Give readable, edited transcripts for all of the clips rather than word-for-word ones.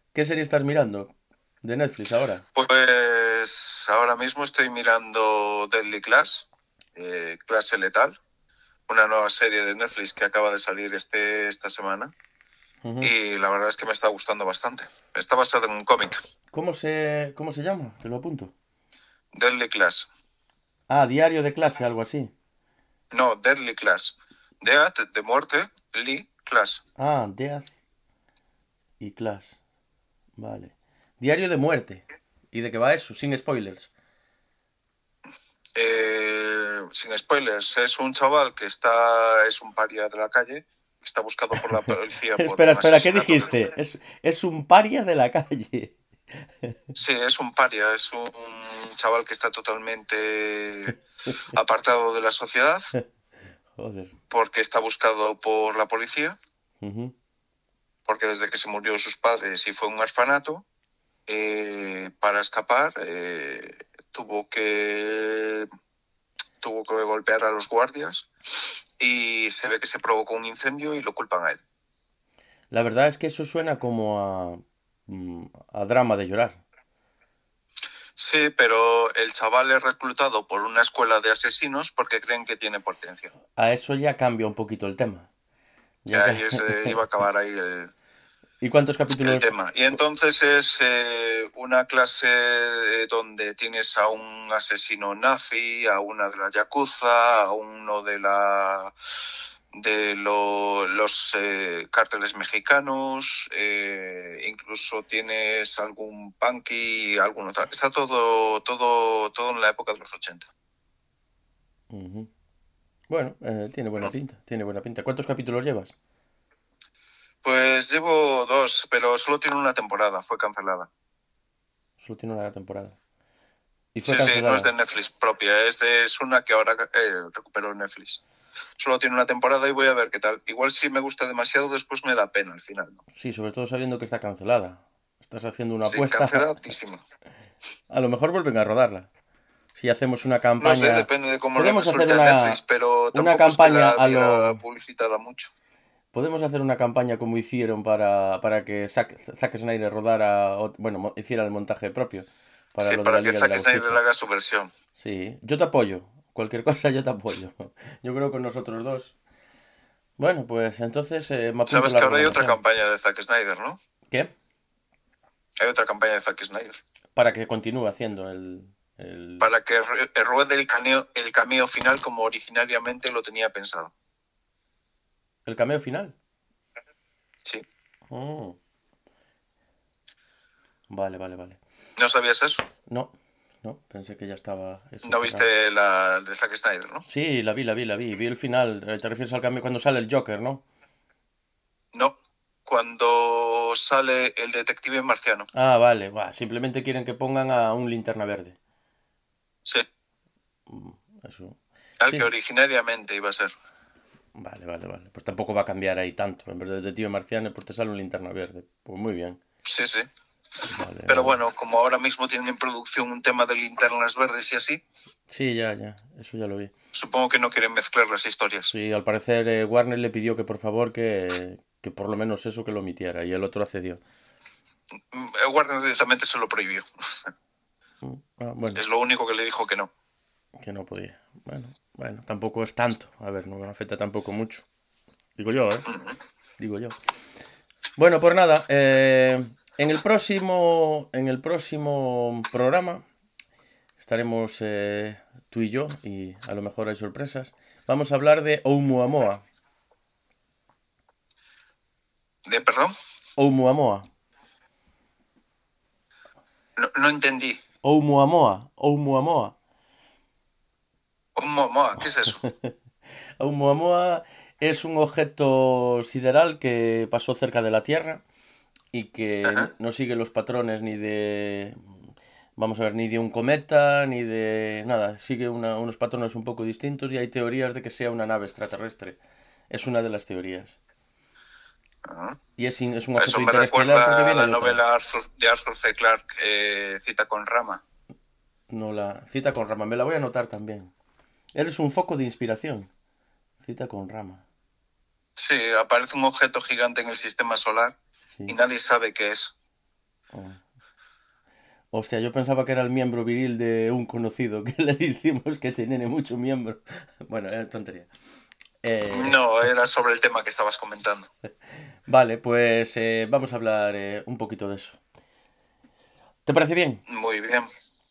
¿Qué serie estás mirando de Netflix ahora? Pues ahora mismo estoy mirando Deadly Class, Clase Letal, una nueva serie de Netflix que acaba de salir esta semana. Ujú. Y la verdad es que me está gustando bastante. Está basado en un cómic, ¿Cómo se llama? Que lo apunto. Deadly Class. Ah, Diario de clase, algo así. No, Deadly Class. Death, de muerte, Lee, Class. Ah, Death y Class. Vale. Diario de muerte. ¿Y de qué va eso? Sin spoilers. Sin spoilers, es un chaval que es un paria de la calle, que está buscado por la policía por Espera, un espera, ¿qué asesinato. dijiste? Es un paria de la calle. Sí, es un paria, es un chaval que está totalmente apartado de la sociedad Joder. porque está buscado por la policía, Ujú. porque desde que se murió sus padres y fue un orfanato, para escapar tuvo que tuvo que golpear a los guardias y se ve que se provocó un incendio y lo culpan a él. La verdad es que eso suena como a drama de llorar. Sí, pero el chaval es reclutado por una escuela de asesinos porque creen que tiene potencial. A eso ya cambia un poquito el tema. Y Ya ahí ca- iba a acabar ahí ¿Y cuántos el capítulos? tema. Y entonces es una clase donde tienes a un asesino nazi, a una de la Yakuza, a uno de los cárteles mexicanos, incluso tienes algún punky, algún otro. Está todo en la época de los 80. Ujú. Bueno, tiene buena pinta, tiene buena pinta. ¿Cuántos capítulos llevas? Pues llevo dos, pero solo tiene una temporada, fue cancelada. Solo tiene una temporada. ¿Y fue Sí, sí, no es de cancelada? Netflix propia, es una que ahora recuperó Netflix. Solo tiene una temporada y voy a ver qué tal. Igual si me gusta demasiado, después me da pena al final, ¿no? Sí, sobre todo sabiendo que está cancelada. Estás haciendo una Sí, apuesta. canceladísima. A lo mejor vuelven a rodarla. Si hacemos una No sé, campaña... depende de cómo le Podemos hacer resulte a Netflix, pero una tampoco es que campaña la a viera lo... publicitada mucho. Podemos hacer una campaña como hicieron para que Zack Snyder rodara, bueno, hiciera el montaje propio para Sí, lo de la para que Liga de la Zack Snyder Justicia. haga su versión. Sí, yo te apoyo. Cualquier cosa yo te apoyo. Yo creo que nosotros dos. Bueno, pues entonces me apunto Sabes la que ahora hay otra recomendación. campaña de Zack Snyder, ¿no? ¿Qué? Hay otra campaña de Zack Snyder. Para que continúe haciendo el, Para que ruede el cameo final como originariamente lo tenía pensado. el cameo final. Sí. Oh, vale, vale, vale. ¿No sabías eso? No, no, pensé que ya estaba eso ¿No cerrado. viste la de Zack Snyder, no? Sí, la vi, la vi, la vi. Vi el final. Te refieres al cambio cuando sale el Joker, ¿no? No. Cuando sale el detective marciano. Ah, vale. Buah, simplemente quieren que pongan a un linterna verde. Sí. Mm, Eso. Al que Sí. originariamente iba a ser. Vale, vale, vale. Pues tampoco va a cambiar ahí tanto. En vez de detective marciano, pues te sale un linterna verde. Pues muy bien. Sí, sí. Vale, Pero vale. bueno, como ahora mismo tienen en producción un tema de linternas verdes y así, Sí, ya, ya. Eso ya lo vi. supongo que no quieren mezclar las historias. Sí, al parecer Warner le pidió que por favor que por lo menos eso que lo omitiera y el otro accedió. Warner directamente se lo prohibió. Ah, bueno, Es lo único que le dijo que no. que no podía. Bueno, bueno, tampoco es tanto. A ver, no me afecta tampoco mucho. Digo yo, ¿eh? Digo yo. Bueno, pues nada, en el próximo programa estaremos tú y yo, y a lo mejor hay sorpresas. Vamos a hablar de Oumuamua. ¿De perdón? Oumuamua. No, no entendí. Oumuamua. Oumuamua. ¿Qué es eso? Oumuamua es un objeto sideral que pasó cerca de la Tierra y que Ajá. no sigue los patrones vamos a ver, ni de un cometa, ni de nada. Sigue unos patrones un poco distintos y hay teorías de que sea una nave extraterrestre. Es una de las teorías. Ajá. Y es un Eso objeto me interestelar porque recuerda a viene la de otra. novela de Arthur C. Clarke, Cita con Rama. No la cita con rama, me la voy a anotar también. Eres un foco de inspiración. Cita con rama. Sí, aparece un objeto gigante en el sistema solar y Sí. nadie sabe qué es. Hostia, yo pensaba que era el miembro viril de un conocido que le decimos que tiene mucho miembro. Bueno, era tontería. No, era sobre el tema que estabas comentando. Vale, pues vamos a hablar un poquito de eso. ¿Te parece bien? Muy bien,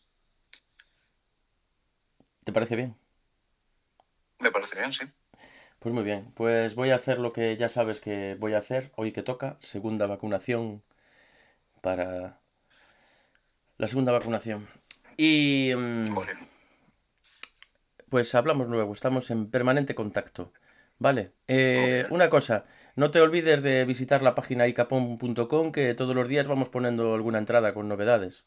¿Te parece bien? me parece bien, sí. Pues muy bien, pues voy a hacer lo que ya sabes que voy a hacer hoy que toca, segunda vacunación para la segunda vacunación. Y Muy bien. pues hablamos luego, estamos en permanente contacto. Vale, Muy bien. una cosa, no te olvides de visitar la página icapon.com que todos los días vamos poniendo alguna entrada con novedades.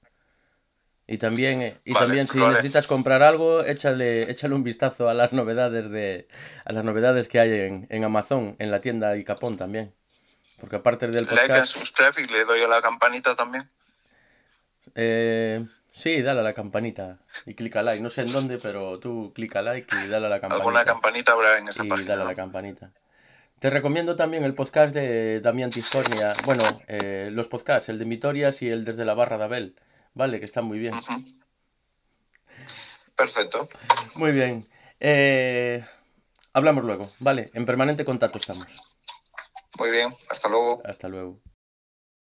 Y Vale, también si lo haré. necesitas comprar algo, échale un vistazo a las novedades a las novedades que hay en Amazon, en la tienda Icapón también. Porque aparte del Like and podcast, subscribe y le doy a la campanita también. sí, dale a la campanita y clica like. No sé en dónde, pero tú clica like y dale a la Alguna campanita. campanita habrá en esa Y página, dale a la ¿no? campanita. Te recomiendo también el podcast de Damián Tiscornia. Bueno, los podcasts, el de Mitorias y el desde la Barra de Abel. Vale, que están muy bien. Ujú. Perfecto. Muy bien. Eh, hablamos luego, ¿vale? En permanente contacto estamos. Muy bien. Hasta luego. Hasta luego.